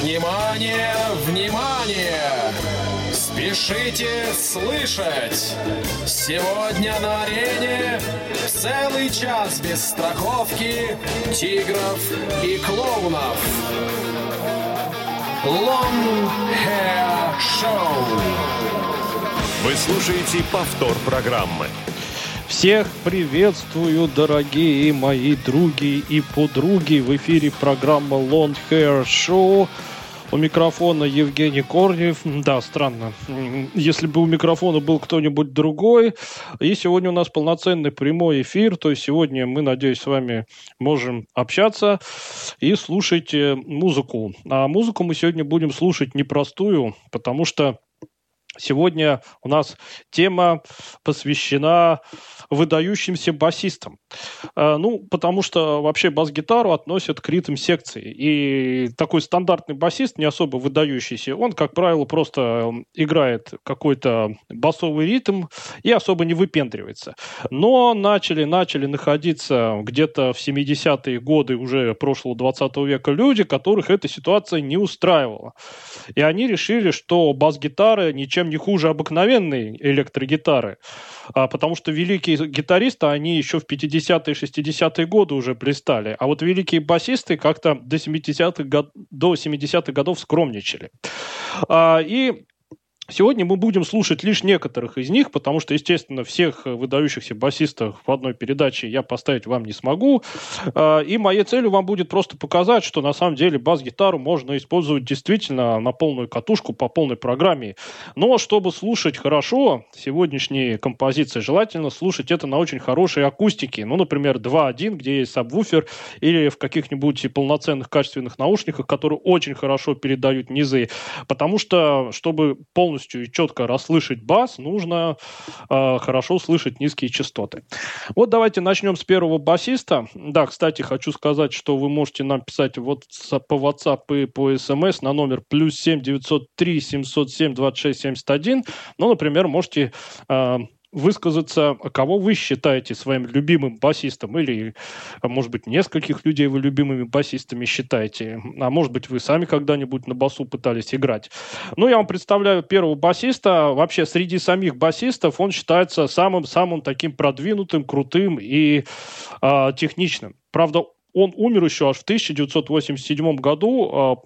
Внимание, внимание! Спешите слышать! Сегодня на арене целый час без страховки тигров и клоунов. Long Hair Show. Вы слушаете повтор программы. Всех приветствую, дорогие мои други и подруги. В эфире программа Long Hair Show. У микрофона Евгений Корнев. Да, странно. Если бы у микрофона был кто-нибудь другой. И сегодня у нас полноценный прямой эфир. То есть сегодня мы, надеюсь, с вами можем общаться и слушать музыку. А музыку мы сегодня будем слушать непростую, потому что сегодня у нас тема посвящена выдающимся басистам. Потому что вообще бас-гитару относят к ритм-секции. И такой стандартный басист, не особо выдающийся, он, как правило, просто играет какой-то басовый ритм и особо не выпендривается. Но начали находиться где-то в 70-е годы уже прошлого 20 века люди, которых эта ситуация не устраивала. И они решили, что бас-гитара ничем не хуже обыкновенной электрогитары, потому что великие гитаристы, они еще в 50-е, 60-е годы уже блистали, а вот великие басисты как-то до 70-х годов скромничали. И сегодня мы будем слушать лишь некоторых из них, потому что, естественно, всех выдающихся басистов в одной передаче я поставить вам не смогу. И моей целью вам будет просто показать, что на самом деле бас-гитару можно использовать действительно на полную катушку, по полной программе. Но чтобы слушать хорошо сегодняшние композиции, желательно слушать это на очень хорошей акустике. Например, 2.1, где есть сабвуфер, или в каких-нибудь полноценных качественных наушниках, которые очень хорошо передают низы. Потому что, чтобы полностью и четко расслышать бас, нужно хорошо слышать низкие частоты. Вот давайте начнем с первого басиста. Да, кстати, хочу сказать, что вы можете нам писать по WhatsApp и по SMS на номер +7 903 707 26 71. Например, можете высказаться, кого вы считаете своим любимым басистом, или, может быть, нескольких людей вы любимыми басистами считаете, а может быть, вы сами когда-нибудь на басу пытались играть. Я вам представляю первого басиста. Вообще, среди самих басистов он считается самым таким продвинутым, крутым и техничным. Правда, он умер еще аж в 1987 году.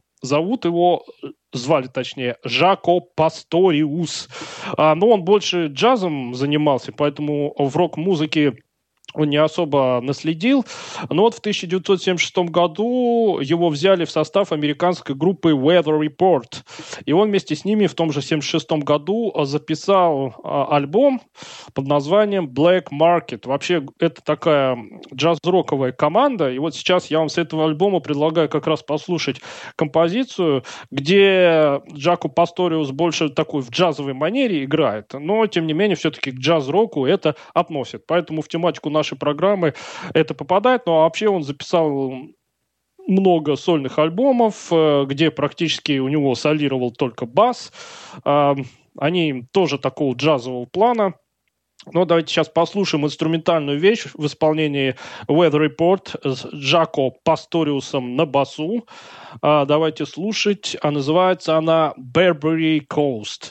Звали, точнее, Жако Пасториус. Но он больше джазом занимался, поэтому в рок-музыке он не особо наследил. Но вот в 1976 году его взяли в состав американской группы Weather Report. И он вместе с ними в том же 1976 году записал альбом под названием Black Market. Вообще, это такая джаз-роковая команда. И вот сейчас я вам с этого альбома предлагаю как раз послушать композицию, где Джако Пасториус больше такой в джазовой манере играет. Но, тем не менее, все-таки к джаз-року это относит. Поэтому в тематику нашей программы это попадает. А вообще он записал много сольных альбомов, где практически у него солировал только бас. Они тоже такого джазового плана. Давайте сейчас послушаем инструментальную вещь в исполнении Weather Report с Джако Пасториусом на басу. Давайте слушать. Называется она Barbary Coast.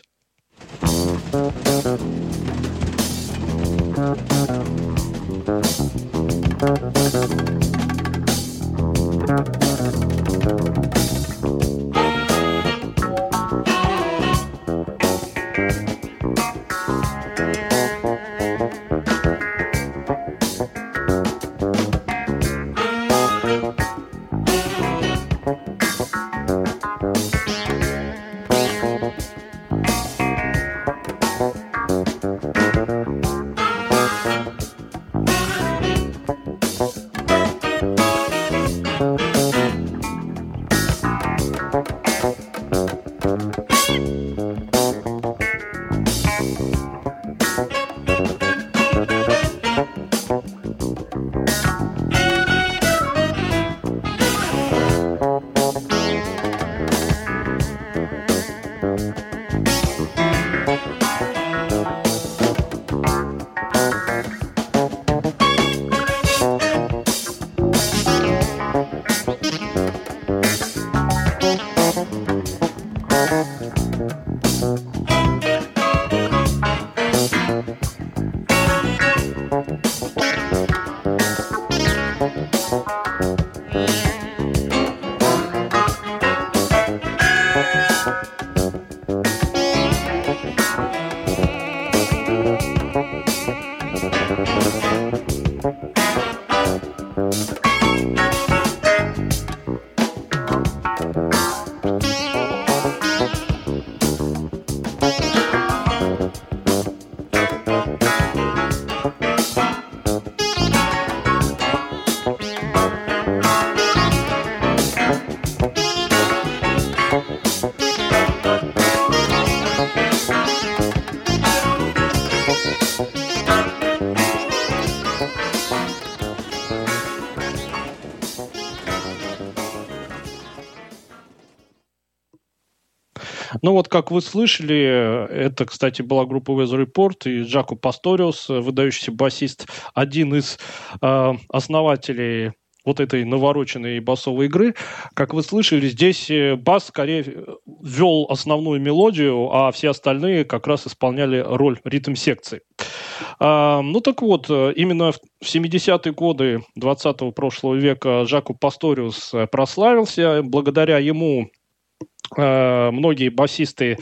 Ну вот, как вы слышали, это, кстати, была группа Weather Report и Джако Пасториус, выдающийся басист, один из основателей вот этой навороченной басовой игры. Как вы слышали, здесь бас скорее вел основную мелодию, а все остальные как раз исполняли роль ритм-секции. Ну так вот, именно в 70-е годы 20-го прошлого века Джако Пасториус прославился. Благодаря ему многие басисты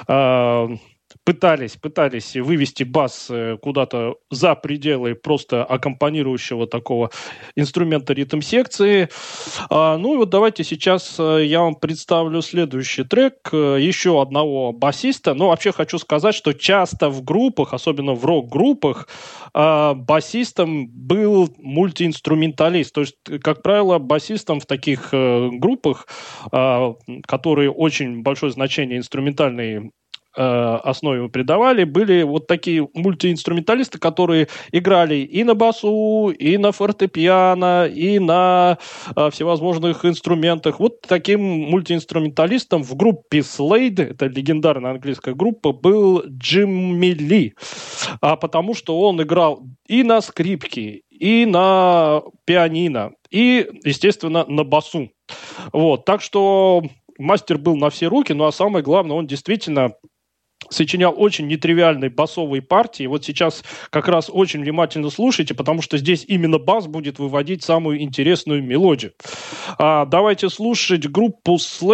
пытались вывести бас куда-то за пределы просто аккомпанирующего такого инструмента ритм-секции. Ну и вот давайте сейчас я вам представлю следующий трек еще одного басиста. Но вообще хочу сказать, что часто в группах, особенно в рок-группах, басистом был мультиинструменталист. То есть, как правило, басистом в таких группах, которые очень большое значение инструментальной основе придавали, были вот такие мультиинструменталисты, которые играли и на басу, и на фортепиано, и на всевозможных инструментах. Вот таким мультиинструменталистом в группе Slade, это легендарная английская группа, был Джимми Ли. Потому что он играл и на скрипке, и на пианино, и, естественно, на басу. Вот. Так что мастер был на все руки, ну а самое главное, он действительно сочинял очень нетривиальные басовые партии. Вот сейчас как раз очень внимательно слушайте, потому что здесь именно бас будет выводить самую интересную мелодию. Давайте слушать группу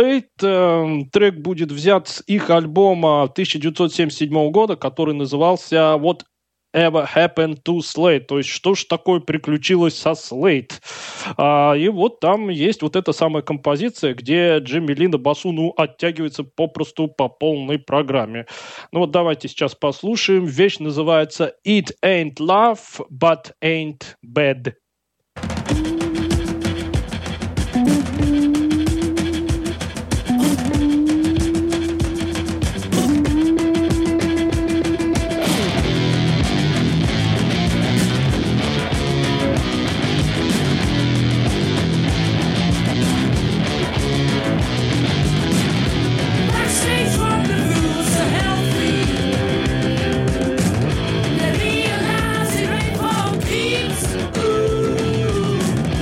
Slade. Трек будет взят с их альбома 1977 года, который назывался Whatever Happened to Slade, то есть что ж такое приключилось со Slade. И вот там есть вот эта самая композиция, где Джимми Ли на басу, оттягивается попросту по полной программе. Ну вот давайте сейчас послушаем. Вещь называется It Ain't Love, But Ain't Bad. Realize it ain't for keeps. Ooh.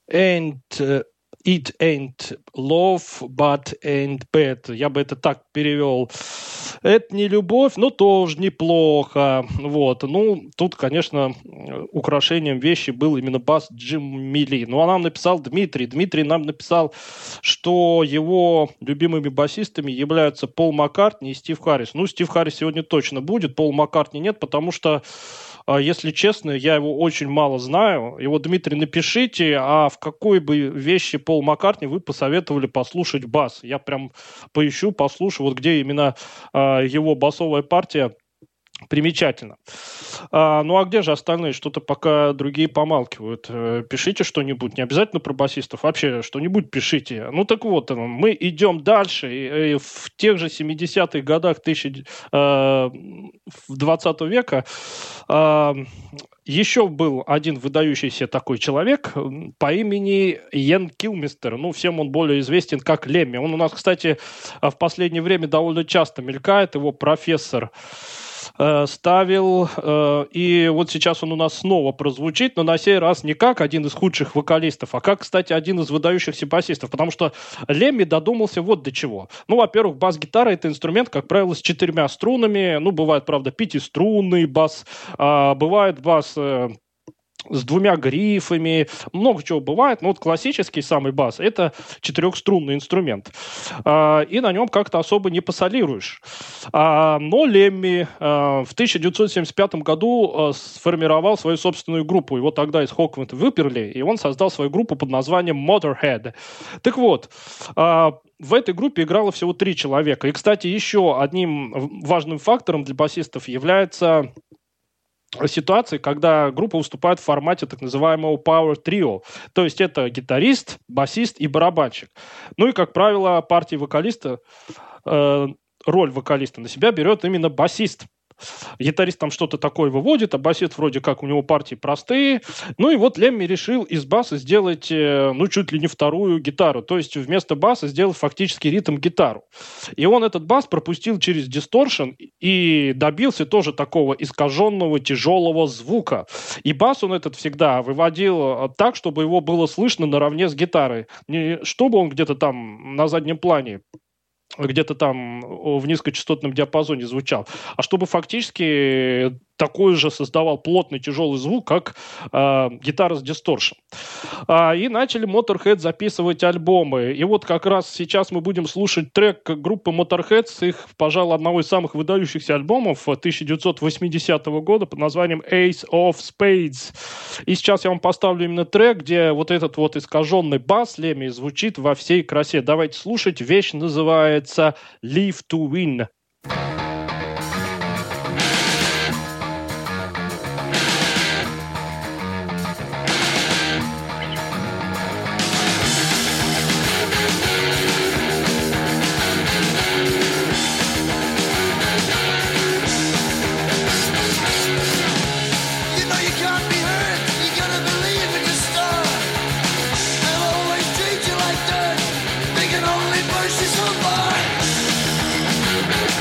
It ain't love, but ain't bad. Я бы это так перевел. Это не любовь, но тоже неплохо. Вот. Ну, тут, конечно, украшением вещи был именно бас Джимми Ли. Ну, а нам написал Дмитрий. Дмитрий нам написал, что его любимыми басистами являются Пол Маккартни и Стив Харрис. Ну, Стив Харрис сегодня точно будет, Пол Маккартни нет, потому что, если честно, я его очень мало знаю. И вот, Дмитрий, напишите, а в какой бы вещи Пол Маккартни вы посоветовали послушать бас? Я прям поищу, послушаю, вот где именно его басовая партия примечательна. Ну а где же остальные? Что-то пока другие помалкивают. Пишите что-нибудь, не обязательно про басистов, вообще что-нибудь пишите. Ну так вот, мы идем дальше. И в тех же 70-х годах 20 века еще был один выдающийся такой человек по имени Йен Килмистер. Ну, всем он более известен как Лемми. Он у нас, кстати, в последнее время довольно часто мелькает. Его профессор ставил, и вот сейчас он у нас снова прозвучит, но на сей раз не как один из худших вокалистов, а как, кстати, один из выдающихся басистов, потому что Лемми додумался вот до чего. Ну, во-первых, бас-гитара — это инструмент, как правило, с 4 струнами, ну, бывает, правда, 5-струнный бас, бывает бас с 2 грифами, много чего бывает, но вот классический самый бас — это 4-струнный инструмент, и на нем как-то особо не посолируешь. Но Лемми в 1975 году сформировал свою собственную группу, его тогда из Хоквинта выперли, и он создал свою группу под названием Motorhead. Так вот, в этой группе играло всего 3 человека, и, кстати, еще одним важным фактором для басистов является ситуации, когда группа выступает в формате так называемого power trio. То есть это гитарист, басист и барабанщик. Ну и, как правило, партия вокалиста, роль вокалиста на себя берет именно басист. Гитарист там что-то такое выводит, а басист вроде как у него партии простые. Ну и вот Лемми решил из баса сделать, ну, чуть ли не вторую гитару. То есть вместо баса сделать фактически ритм-гитару. И он этот бас пропустил через дисторшн и добился тоже такого искаженного, тяжелого звука. И бас он этот всегда выводил так, чтобы его было слышно наравне с гитарой. Не чтобы он где-то там на заднем плане, где-то там в низкочастотном диапазоне звучал, а чтобы фактически такой же создавал плотный тяжелый звук, как гитара с дисторшн. И начали Motorhead записывать альбомы. И вот как раз сейчас мы будем слушать трек группы Motorhead с их, пожалуй, одного из самых выдающихся альбомов 1980 года под названием Ace of Spades. И сейчас я вам поставлю именно трек, где вот этот вот искаженный бас Лемми звучит во всей красе. Давайте слушать. Вещь называется Live to Win. Only push you so far.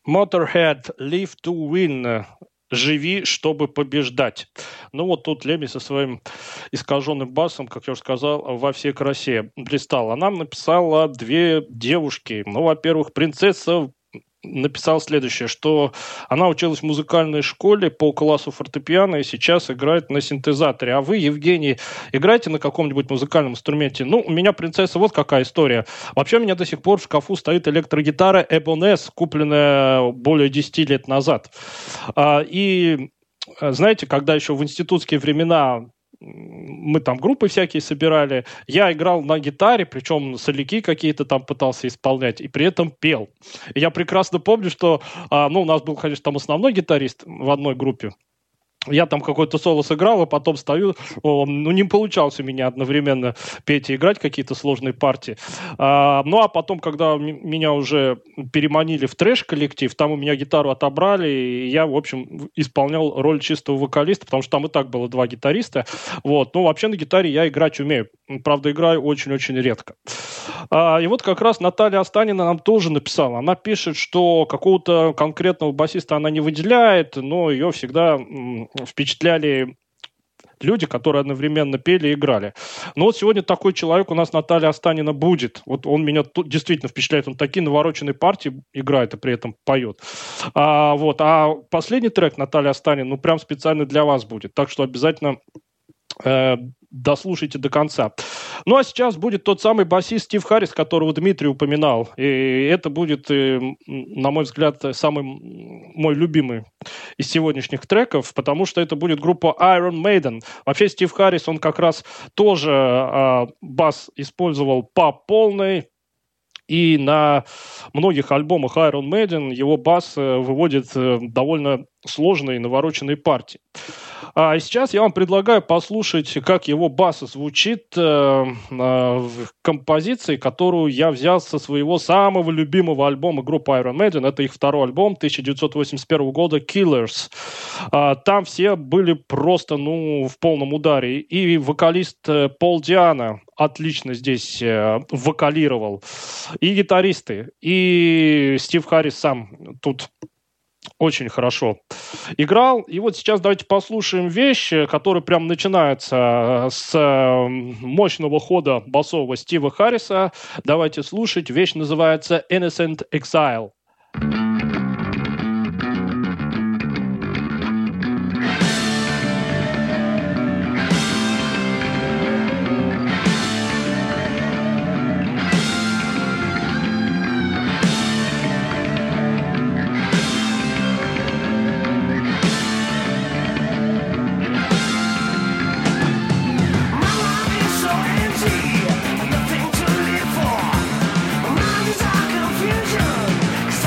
Motorhead, Live to Win. Живи, чтобы побеждать. Ну вот тут Леми со своим искаженным басом, как я уже сказал, во всей красе блистал. Она написала две девушки. Ну, во-первых, принцесса написала следующее, что она училась в музыкальной школе по классу фортепиано и сейчас играет на синтезаторе. А вы, Евгений, играете на каком-нибудь музыкальном инструменте? Ну, у меня, принцесса, вот какая история. Вообще, у меня до сих пор в шкафу стоит электрогитара Ibanez, купленная более 10 лет назад. И знаете, когда еще в институтские времена мы там группы всякие собирали, я играл на гитаре, причем соляки какие-то там пытался исполнять, и при этом пел. И я прекрасно помню, что, у нас был, конечно, там основной гитарист в одной группе. Я там какой-то соло сыграл, а потом стою, не получалось у меня одновременно петь и играть какие-то сложные партии. А потом, когда меня уже переманили в трэш-коллектив, там у меня гитару отобрали, и я, в общем, исполнял роль чистого вокалиста, потому что там и так было два гитариста. Вот. Ну, вообще на гитаре я играть умею. Правда, играю очень-очень редко. И вот как раз Наталья Останина нам тоже написала. Она пишет, что какого-то конкретного басиста она не выделяет, но ее всегда впечатляли люди, которые одновременно пели и играли. Но вот сегодня такой человек у нас, Наталья Останина, будет. Вот он меня действительно впечатляет. Он такие навороченные партии играет и при этом поет. А последний трек Наталья Останина, прям специально для вас будет. Так что обязательно дослушайте до конца. Ну, а сейчас будет тот самый басист Стив Харрис, которого Дмитрий упоминал. И это будет, на мой взгляд, самый мой любимый из сегодняшних треков, потому что это будет группа Iron Maiden. Вообще, Стив Харрис, он как раз тоже бас использовал по полной. И на многих альбомах Iron Maiden его бас выводит довольно сложные навороченные партии. А сейчас я вам предлагаю послушать, как его бас звучит в композиции, которую я взял со своего самого любимого альбома группы Iron Maiden. Это их второй альбом 1981 года «Killers». Там все были просто, в полном ударе. И вокалист Пол Диано отлично здесь вокалировал. И гитаристы, и Стив Харрис сам тут очень хорошо играл. И вот сейчас давайте послушаем вещь, которая прям начинается с мощного хода басового Стива Харриса. Давайте слушать. Вещь называется «Innocent Exile». Nothing to live for. My mind is all confusion.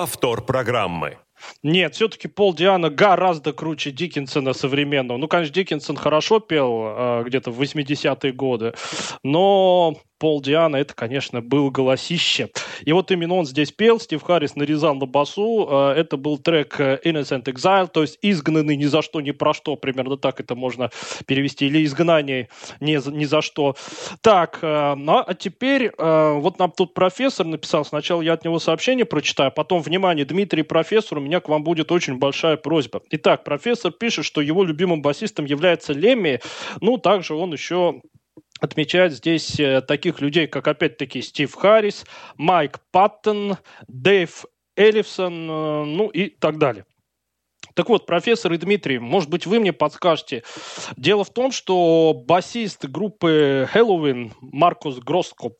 повтор программы. Нет, все-таки Пол Диано гораздо круче Диккенсона современного. Ну, конечно, Диккенсон хорошо пел где-то в 80-е годы, но Пол Диано, это, конечно, был голосище. И вот именно он здесь пел, Стив Харрис нарезал на басу. Это был трек Innocent Exile, то есть изгнанный ни за что, ни про что, примерно так это можно перевести, или изгнание ни за что. Так, ну, а теперь вот нам тут профессор написал, сначала я от него сообщение прочитаю, потом, внимание, Дмитрий, профессор, у меня к вам будет очень большая просьба. Итак, профессор пишет, что его любимым басистом является Лемми, ну, также он еще отмечает здесь таких людей, как, опять-таки, Стив Харрис, Майк Паттон, Дэйв Эллифсон, ну и так далее. Так вот, профессор и Дмитрий, может быть, вы мне подскажете. Дело в том, что басист группы Helloween Маркус Гроскоп,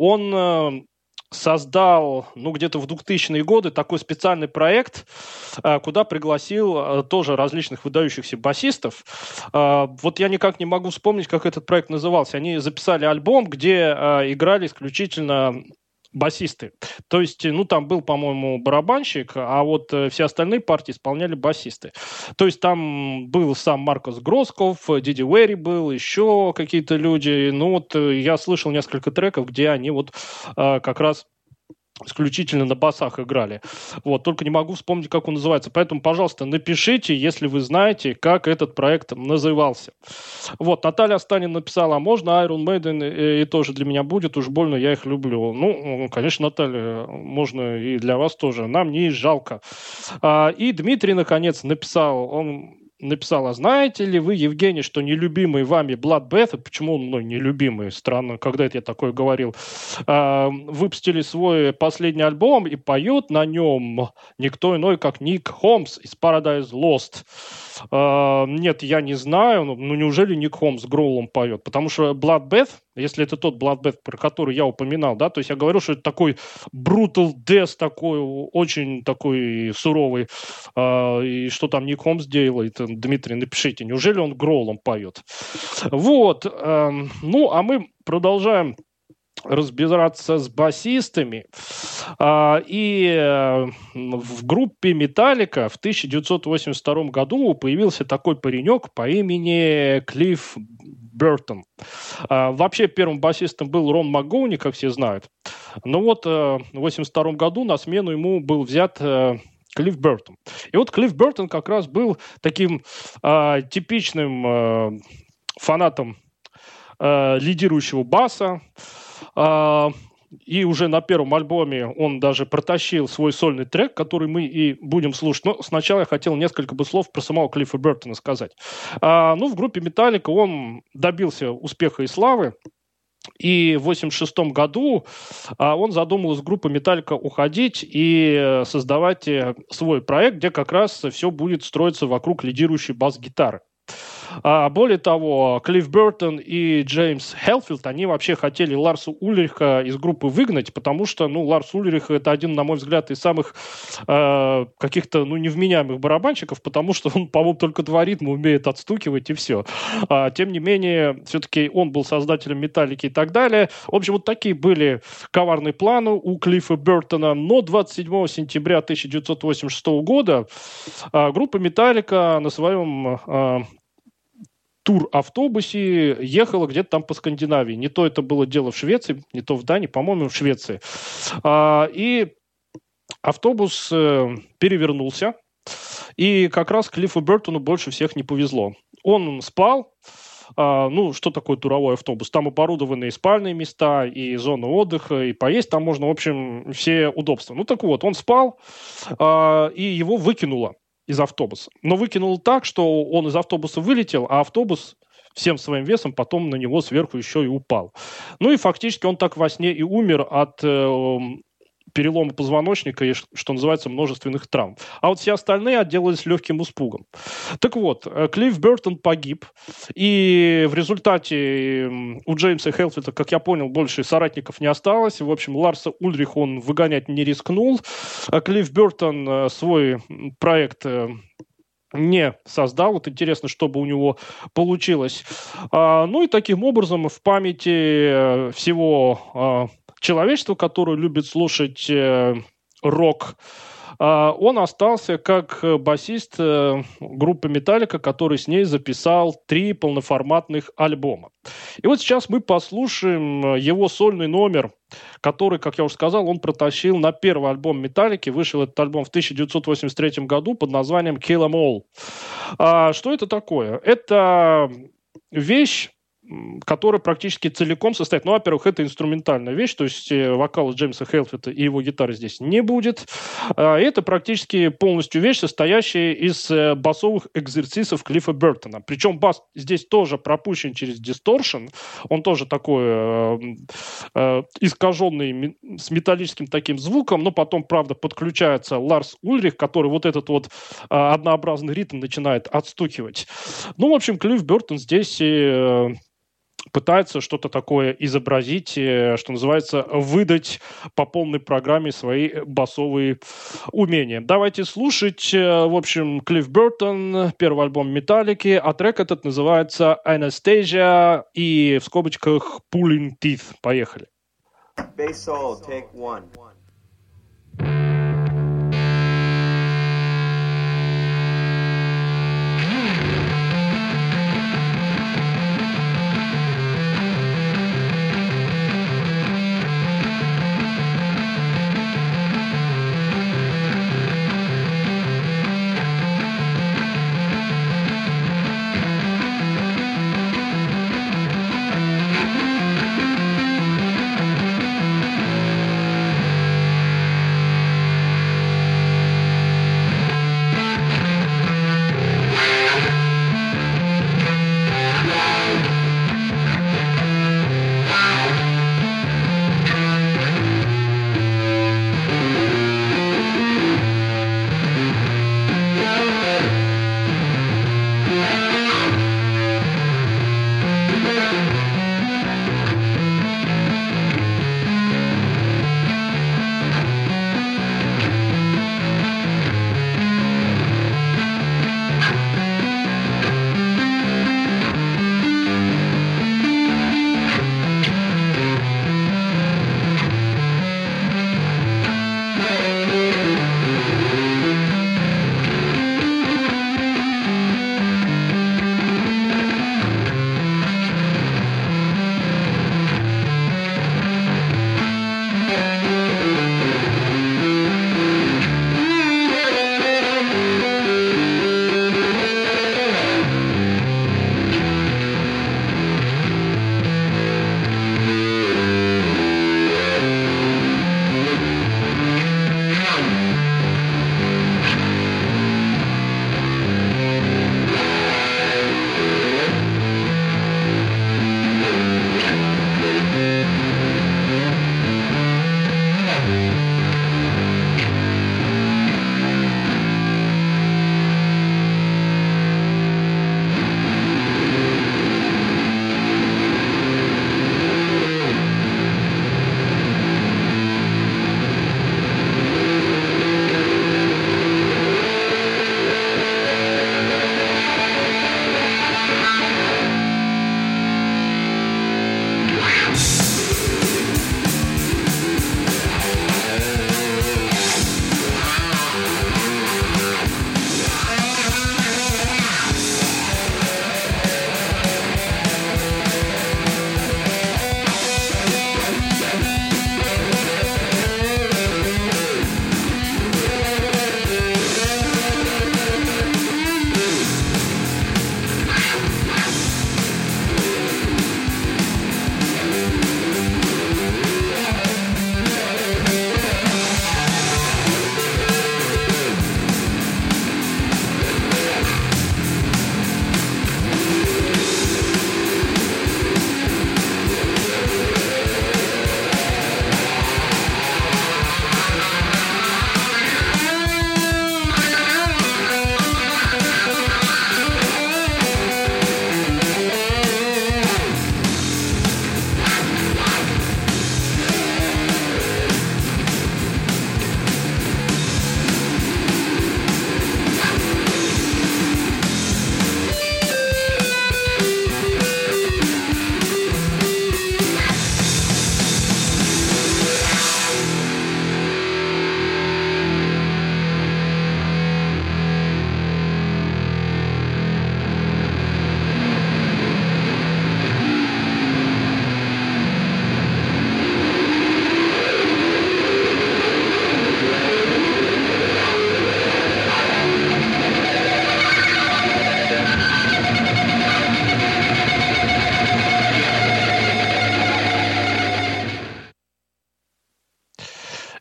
он создал, ну, где-то в 2000-е годы такой специальный проект, куда пригласил тоже различных выдающихся басистов. Вот я никак не могу вспомнить, как этот проект назывался. Они записали альбом, где играли исключительно басисты. То есть, ну, там был, по-моему, барабанщик, а вот все остальные партии исполняли басисты. То есть там был сам Маркус Гросков, Диди Уэри был, еще какие-то люди. Ну, вот я слышал несколько треков, где они вот как раз исключительно на басах играли. Вот, только не могу вспомнить, как он называется. Поэтому, пожалуйста, напишите, если вы знаете, как этот проект назывался. Вот, Наталья Станин написала, а можно Iron Maiden и тоже для меня будет, уж больно я их люблю. Ну, конечно, Наталья, можно и для вас тоже. Нам не жалко. И Дмитрий, наконец, написал, а знаете ли вы, Евгений, что нелюбимый вами Bloodbath, почему он мной нелюбимый, странно, когда это я такое говорил, выпустили свой последний альбом и поет на нем никто иной, как Ник Холмс из Paradise Lost. Нет, я не знаю, ну неужели Ник Холмс Гроулом поет? Потому что Bloodbath, если это тот Bloodbath, про который я упоминал, да, то есть я говорю, что это такой brutal death, такой очень такой суровый, и что там Ник Холмс делает, Дмитрий, напишите, неужели он Гроулом поет? Вот, ну, а мы продолжаем разбираться с басистами. И в группе Металлика в 1982 году появился такой паренек по имени Клифф Бертон. Вообще первым басистом был Рон Макгоуни, как все знают. Но вот в 1982 году на смену ему был взят Клифф Бертон. И вот Клифф Бертон как раз был таким типичным фанатом лидирующего баса. И уже на первом альбоме он даже протащил свой сольный трек, который мы и будем слушать. Но сначала я хотел несколько бы слов про самого Клиффа Бертона сказать. Ну, в группе Металлика он добился успеха и славы. И в 1986 году он задумал из группы Металлика уходить и создавать свой проект, где как раз все будет строиться вокруг лидирующей бас-гитары. Более того, Клифф Бертон и Джеймс Хелфилд, они вообще хотели Ларса Ульриха из группы выгнать, потому что, ну, Ларс Ульрих это один, на мой взгляд, из самых каких-то, ну, невменяемых барабанщиков, потому что он, по-моему, только два ритма умеет отстукивать и все. Тем не менее, все-таки он был создателем Металлики и так далее. В общем, вот такие были коварные планы у Клиффа Бертона. Но 27 сентября 1986 года группа Металлика на своем тур-автобусе ехала где-то там по Скандинавии. Не то это было дело в Швеции, не то в Дании, по-моему, в Швеции. И автобус перевернулся, и как раз Клиффу Бертону больше всех не повезло. Он спал. Ну, что такое туровой автобус? Там оборудованы и спальные места, и зоны отдыха, и поесть там можно, в общем, все удобства. Ну, так вот, он спал, и его выкинуло из автобуса. Но выкинул так, что он из автобуса вылетел, а автобус всем своим весом потом на него сверху еще и упал. Ну и фактически он так во сне и умер от перелома позвоночника и, что называется, множественных травм. А вот все остальные отделались легким испугом. Так вот, Клифф Бертон погиб, и в результате у Джеймса Хелфилда, как я понял, больше соратников не осталось. В общем, Ларса Ульриха он выгонять не рискнул. Клифф Бертон свой проект не создал. Вот интересно, что бы у него получилось. Ну и таким образом в памяти всего человечества, которое любит слушать рок, он остался как басист группы Metallica, который с ней записал 3 полноформатных альбома. И вот сейчас мы послушаем его сольный номер, который, как я уже сказал, он протащил на первый альбом Metallica. Вышел этот альбом в 1983 году под названием Kill 'Em All. Что это такое? Это вещь, которая практически целиком состоит... Ну, во-первых, это инструментальная вещь, то есть вокала Джеймса Хелфита и его гитары здесь не будет. Это практически полностью вещь, состоящая из басовых экзерсисов Клиффа Бертона. Причем бас здесь тоже пропущен через дисторшн. Он тоже такой искаженный с металлическим таким звуком, но потом, правда, подключается Ларс Ульрих, который вот этот вот однообразный ритм начинает отстукивать. Ну, в общем, Клифф Бертон здесь... пытается что-то такое изобразить, что называется, выдать по полной программе свои басовые умения. Давайте слушать. В общем, Клифф Бертон, первый альбом Металлики, а трек этот называется Anastasia и в скобочках Pulling Teeth. Поехали. Bass solo, take one.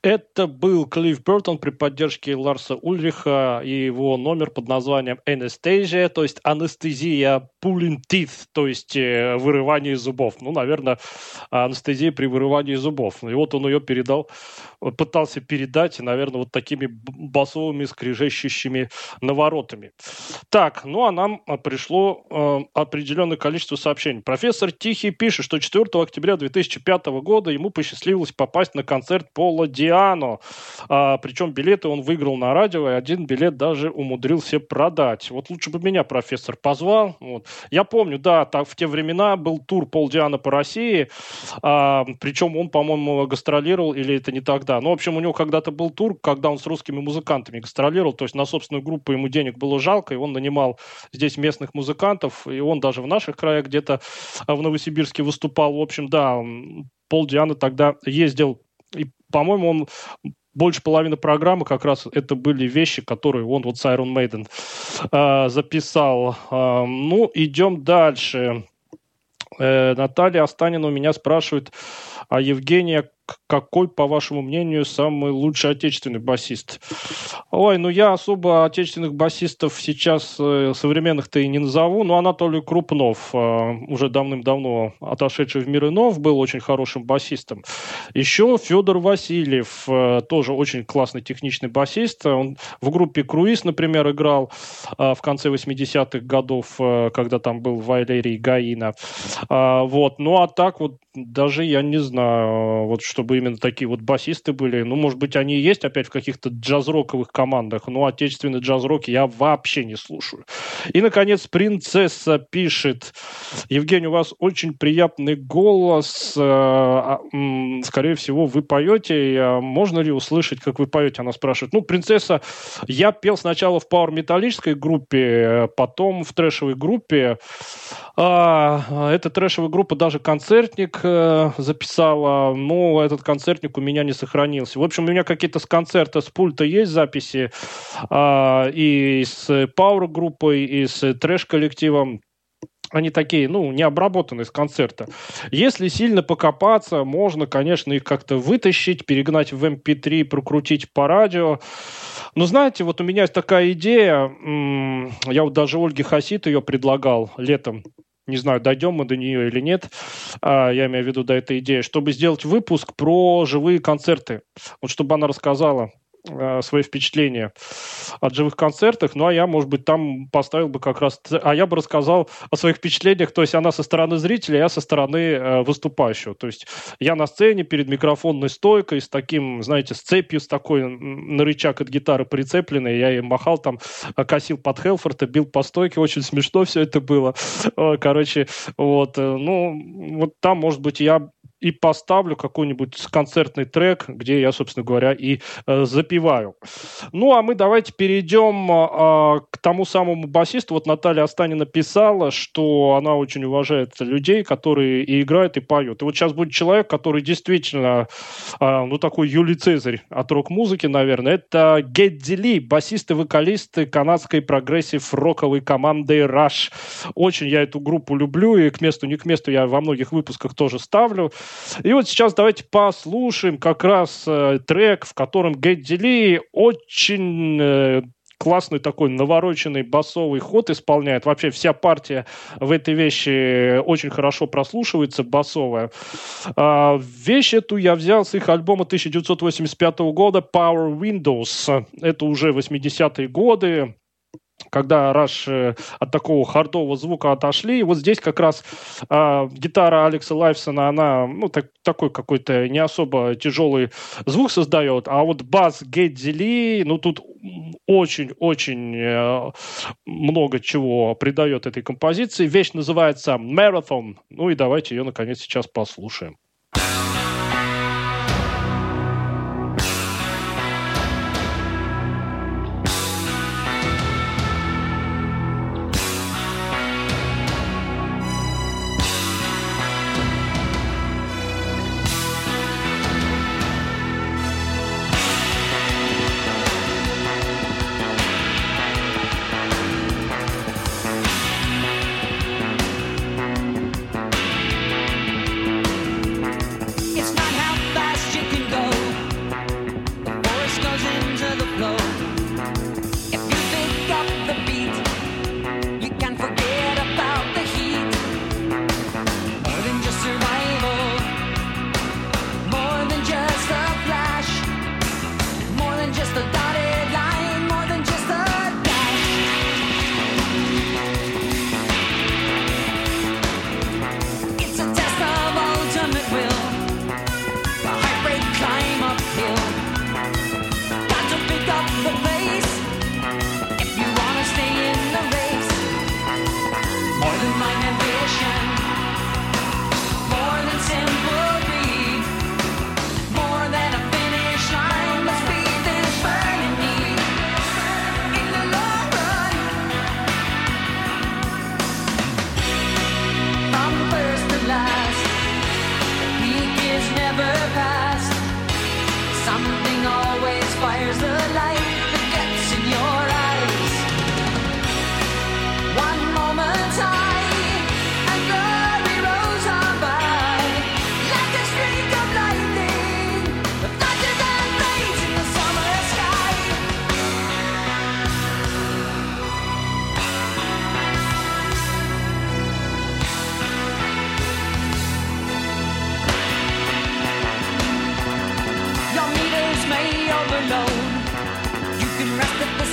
Это был Клифф Бертон при поддержке Ларса Ульриха и его номер под названием «Anesthesia», то есть анестезия pulling teeth, то есть вырывание зубов. Ну, наверное, анестезия при вырывании зубов. И вот он ее пытался передать, наверное, вот такими басовыми, скрежещущими наворотами. Так, ну а нам пришло определенное количество сообщений. Профессор Тихий пишет, что 4 октября 2005 года ему посчастливилось попасть на концерт Пола Диано. Причем билеты он выиграл на радио, и один билет даже умудрился продать. Вот лучше бы меня профессор позвал. Вот. Я помню, да, так, в те времена был тур Пол Диано по России, причем он, по-моему, гастролировал, или это не тогда. Ну, в общем, у него когда-то был тур, когда он с русскими музыкантами гастролировал, то есть на собственную группу ему денег было жалко, и он нанимал здесь местных музыкантов, и он даже в наших краях где-то в Новосибирске выступал. В общем, да, Пол Диано тогда ездил, и, по-моему, он больше половины программы как раз это были вещи, которые он вот с Iron Maiden записал. Ну, идем дальше. Наталья Останина у меня спрашивает, а Евгения, какой, по вашему мнению, самый лучший отечественный басист? Ой, ну я особо отечественных басистов сейчас современных-то и не назову, но Анатолий Крупнов, уже давным-давно отошедший в мир иной, был очень хорошим басистом. Еще Федор Васильев, тоже очень классный техничный басист. Он в группе «Круиз», например, играл в конце 80-х годов, когда там был Валерий Гаина. Вот. Ну а так вот даже я не знаю, вот чтобы именно такие вот басисты были. Ну, может быть, они и есть опять в каких-то джаз-роковых командах, но отечественный джаз-рок я вообще не слушаю. И, наконец, Принцесса пишет: Евгений, у вас очень приятный голос. Скорее всего, вы поете. Можно ли услышать, как вы поете? Она спрашивает. Ну, Принцесса, я пел сначала в пауэр-металлической группе, потом в трэшевой группе. Эта трэшевая группа даже концертник записала, но этот концертник у меня не сохранился. В общем, у меня какие-то с концерта, с пульта есть записи и с пауэр-группой, и с трэш-коллективом. Они такие, ну, не обработанные с концерта. Если сильно покопаться, можно, конечно, их как-то вытащить, перегнать в MP3, прокрутить по радио. Но знаете, вот у меня есть такая идея, я вот даже Ольге Хасид ее предлагал летом, не знаю, дойдем мы до нее или нет, я имею в виду до этой идеи, чтобы сделать выпуск про живые концерты, вот чтобы она рассказала свои впечатления от живых концертах, ну а я, может быть, там поставил бы как раз... А я бы рассказал о своих впечатлениях, то есть она со стороны зрителя, я со стороны выступающего. То есть я на сцене перед микрофонной стойкой с таким, знаете, с цепью, с такой на рычаг от гитары прицепленной, я им махал там, косил под Хелфорта, бил по стойке, очень смешно все это было. Короче, вот, ну, вот там, может быть, я и поставлю какой-нибудь концертный трек, где я, собственно говоря, и запеваю. Ну, а мы давайте перейдем к тому самому басисту. Вот Наталья Останина писала, что она очень уважает людей, которые и играют, и поют. И вот сейчас будет человек, который действительно, ну, такой Юлий Цезарь от рок-музыки, наверное. Это Geddy Lee, басист и вокалист канадской прогрессив-роковой команды Rush. Очень я эту группу люблю, и к месту, не к месту я во многих выпусках тоже ставлю. И вот сейчас давайте послушаем как раз трек, в котором Geddy Lee очень классный такой навороченный басовый ход исполняет. Вообще вся партия в этой вещи очень хорошо прослушивается, басовая. Вещь эту я взял с их альбома 1985 года Power Windows. Это уже 80-е годы, когда Rush от такого хардового звука отошли. И вот здесь как раз гитара Алекса Лайфсона, она, ну, такой какой-то не особо тяжелый звук создает, а вот бас Geddy Lee, ну, тут очень-очень много чего придает этой композиции. Вещь называется Marathon. Ну и давайте ее, наконец, сейчас послушаем.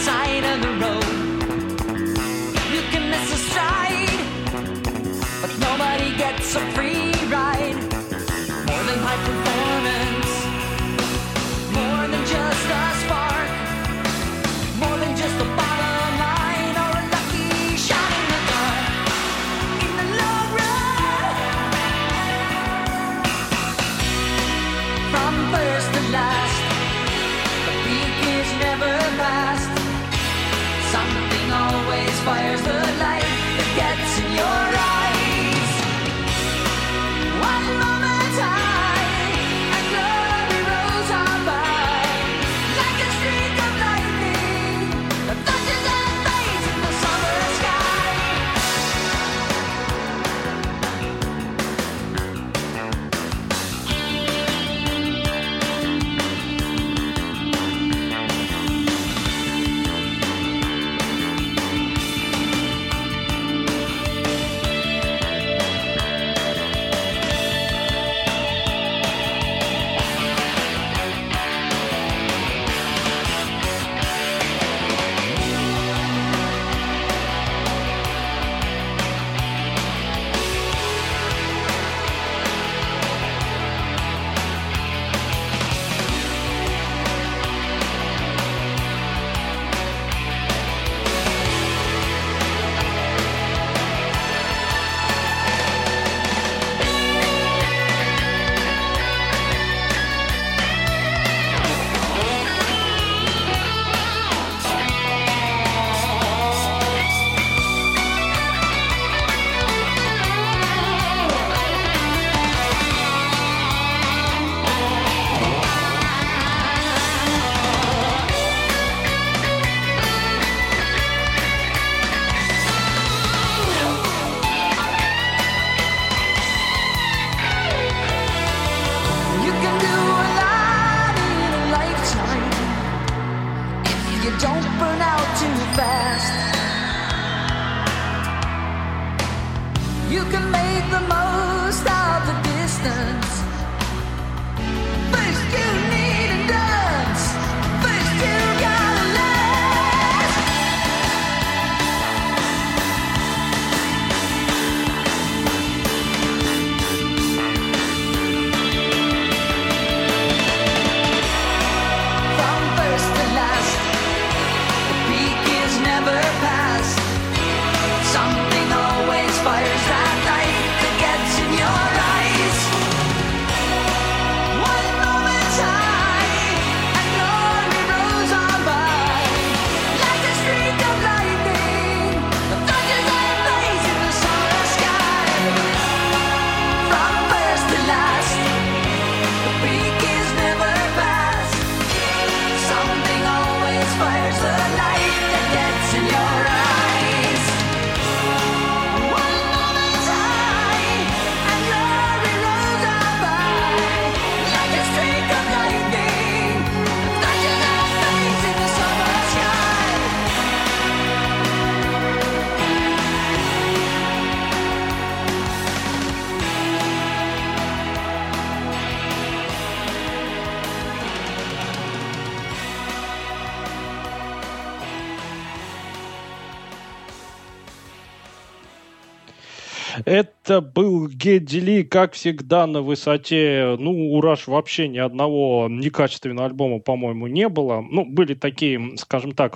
side of the road. You can miss a stride, but nobody gets a free ride. More than high performance, more than just a spark, more than just a bottom line or a lucky shot in the dark. In the long run, from first to last, the peak is never past. Something always fires the light that gets in your eyes. One moment high and glory rose on by, like a streak of lightning that touches and fades in the summer sky. You can do a lot in a lifetime if you don't burn out too fast. You can make the most of the distance. First you need endurance. First you gotta last. From first to last, the peak is never past. Something always fires that light that gets in your eyes. One moment high and glory rose on by, like a streak of lightning that touches and fades in the summer sky. From first to last, the peak is never past. Something always fires the light that gets in your eyes. One moment high and glory rose on by, like a streak of lightning that touches and fades in the summer sky. Это был Geddy Lee, как всегда, на высоте. Ну, у Rush вообще ни одного некачественного альбома, по-моему, не было. Ну, были такие, скажем так,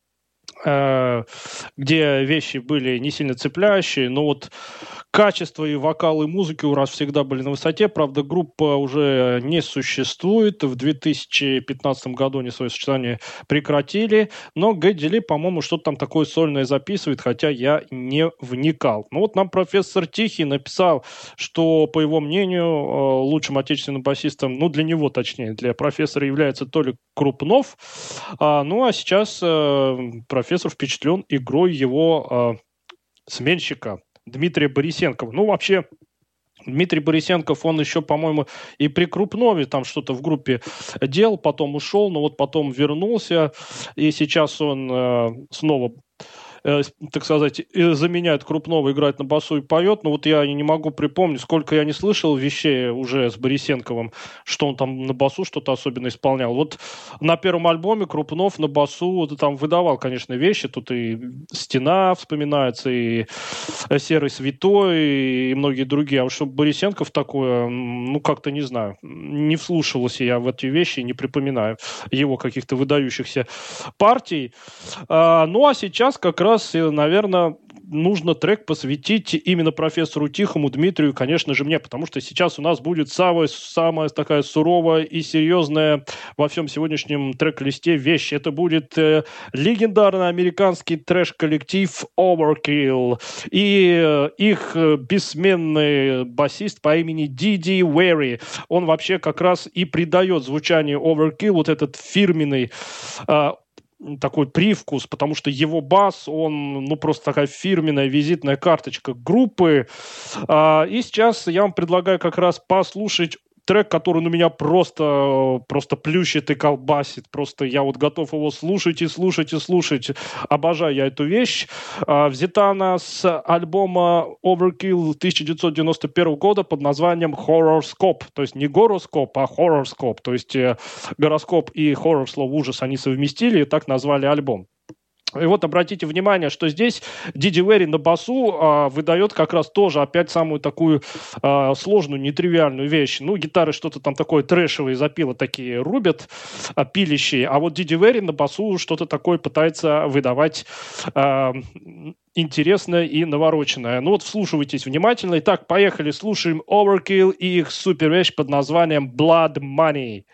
где вещи были не сильно цепляющие, но вот качество и вокал, и музыки у Rush всегда были на высоте. Правда, группа уже не существует. В 2015 году они свое существование прекратили. Но Geddy Lee, по-моему, что-то там такое сольное записывает, хотя я не вникал. Ну вот нам профессор Тихий написал, что, по его мнению, лучшим отечественным басистом, ну для него точнее, для профессора является Толик Крупнов. Ну а сейчас профессор впечатлен игрой его сменщика Дмитрия Борисенкова. Ну, вообще, Дмитрий Борисенков, он еще, по-моему, и при Крупнове там что-то в группе делал, потом ушел, но вот потом вернулся, и сейчас он снова так сказать, заменяет Крупнова, играет на басу и поет. Но вот я не могу припомнить, сколько я не слышал вещей уже с Борисенковым, что он там на басу что-то особенно исполнял. Вот на первом альбоме Крупнов на басу там выдавал, конечно, вещи. Тут и «Стена» вспоминается, и «Серый святой», и многие другие. А вот чтобы Борисенков такое, ну, как-то не знаю, не вслушивался я в эти вещи, не припоминаю его каких-то выдающихся партий. Ну, а сейчас как раз, наверное, нужно трек посвятить именно профессору Тихому, Дмитрию, конечно же, мне, потому что сейчас у нас будет самая такая суровая и серьезная во всем сегодняшнем трек-листе вещь. Это будет легендарный американский трэш-коллектив Overkill и их бессменный басист по имени Диди Уэри. Он вообще как раз и придает звучанию Overkill вот этот фирменный такой привкус, потому что его бас, он, ну, просто такая фирменная визитная карточка группы. И сейчас я вам предлагаю как раз послушать трек, который, ну, меня просто плющит и колбасит. Просто я вот готов его слушать и слушать и слушать. Обожаю я эту вещь. Взята она с альбома Overkill 1991 года под названием Horrorscope. То есть не гороскоп, а Horrorscope. То есть гороскоп и хоррор, слово ужас, они совместили и так назвали альбом. И вот обратите внимание, что здесь Диди Уэри на басу выдает как раз тоже опять самую такую сложную, нетривиальную вещь. Ну, гитары что-то там такое трэшевые, запилы такие рубят, пилищие. А вот Диди Уэри на басу что-то такое пытается выдавать интересное и навороченное. Ну вот вслушивайтесь внимательно. Итак, поехали, слушаем Overkill и их супер вещь под названием Blood Money.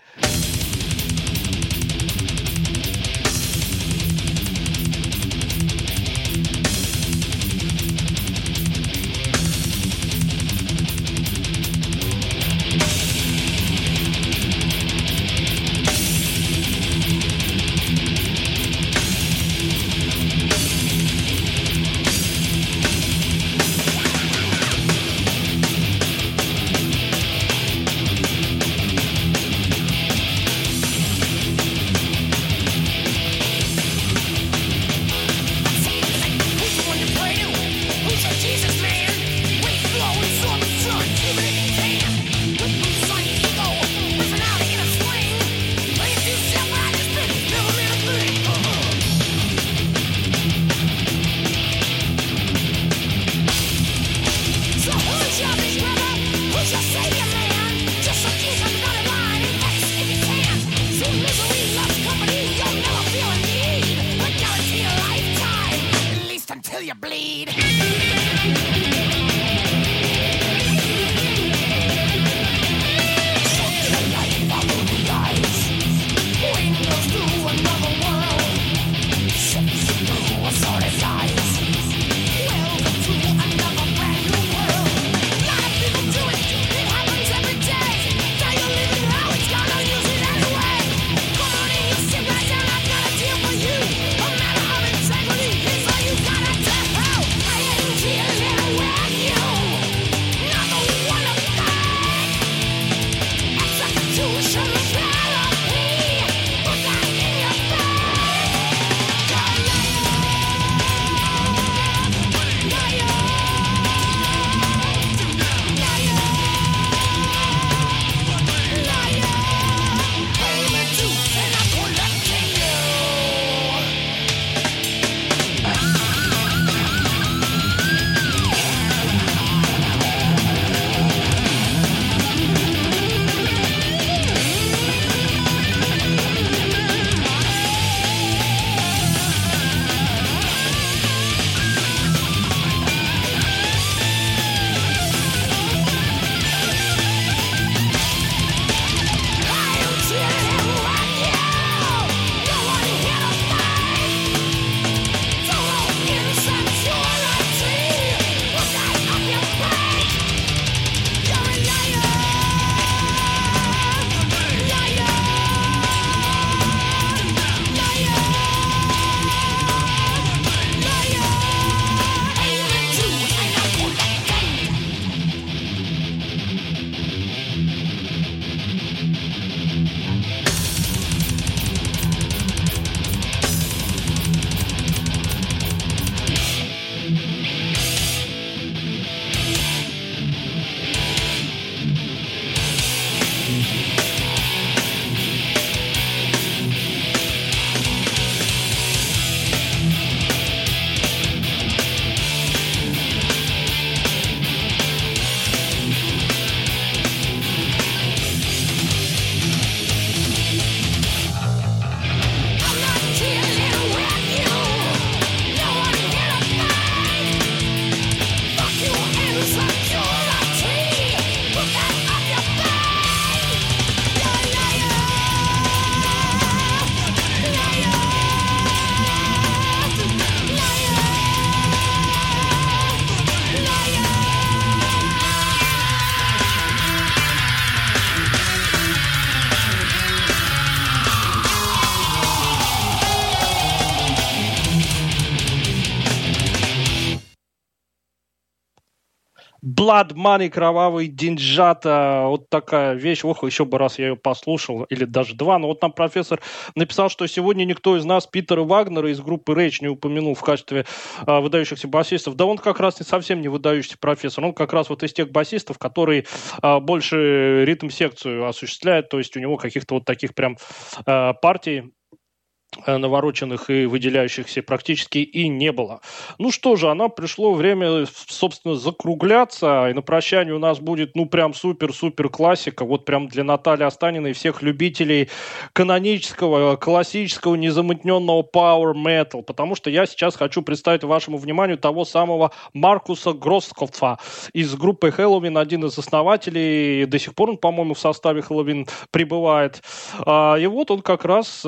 Blood Money, кровавый деньжата, вот такая вещь. Ох, еще бы раз я ее послушал, или даже два. Но вот нам профессор написал, что сегодня никто из нас Питера Вагнера из группы Rage не упомянул в качестве выдающихся басистов. Да он как раз совсем не выдающийся профессор. Он как раз вот из тех басистов, которые больше ритм-секцию осуществляют. То есть у него каких-то вот таких прям партий навороченных и выделяющихся практически и не было. Ну что же, пришло время, собственно, закругляться, и на прощание у нас будет, прям супер-супер классика, вот прям для Натальи Останиной и всех любителей канонического, классического, незамутненного power metal, потому что я сейчас хочу представить вашему вниманию того самого Маркуса Гроскопфа из группы Helloween, один из основателей, до сих пор он, по-моему, в составе Helloween пребывает, и вот он как раз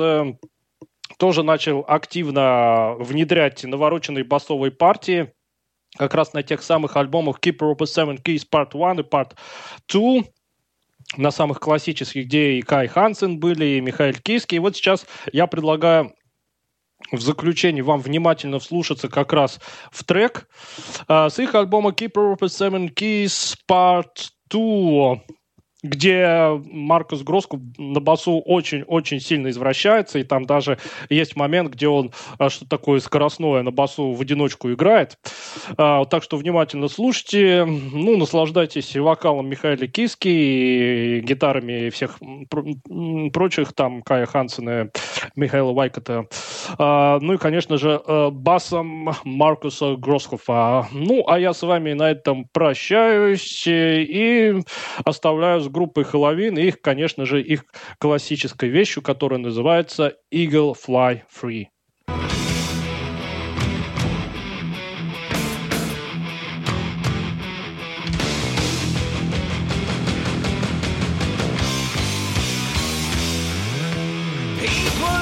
тоже начал активно внедрять навороченные басовые партии как раз на тех самых альбомах Keeper of the Seven Keys Part 1 и Part 2, на самых классических, где и Кай Хансен были, и Михаил Кийский. И вот сейчас я предлагаю в заключении вам внимательно вслушаться как раз в трек с их альбома Keeper of the Seven Keys Part 2, где Маркус Гроскопф на басу очень-очень сильно извращается, и там даже есть момент, где он что-то такое скоростное на басу в одиночку играет. Так что внимательно слушайте, наслаждайтесь вокалом Михаила Кийски, и гитарами и всех прочих, там, Кая Хансена, Михаила Вайкота, и, конечно же, басом Маркуса Гроскопфа. А я с вами на этом прощаюсь и оставляю с группой Helloween и их, конечно же, их классической вещью, которая называется Eagle Fly Free. People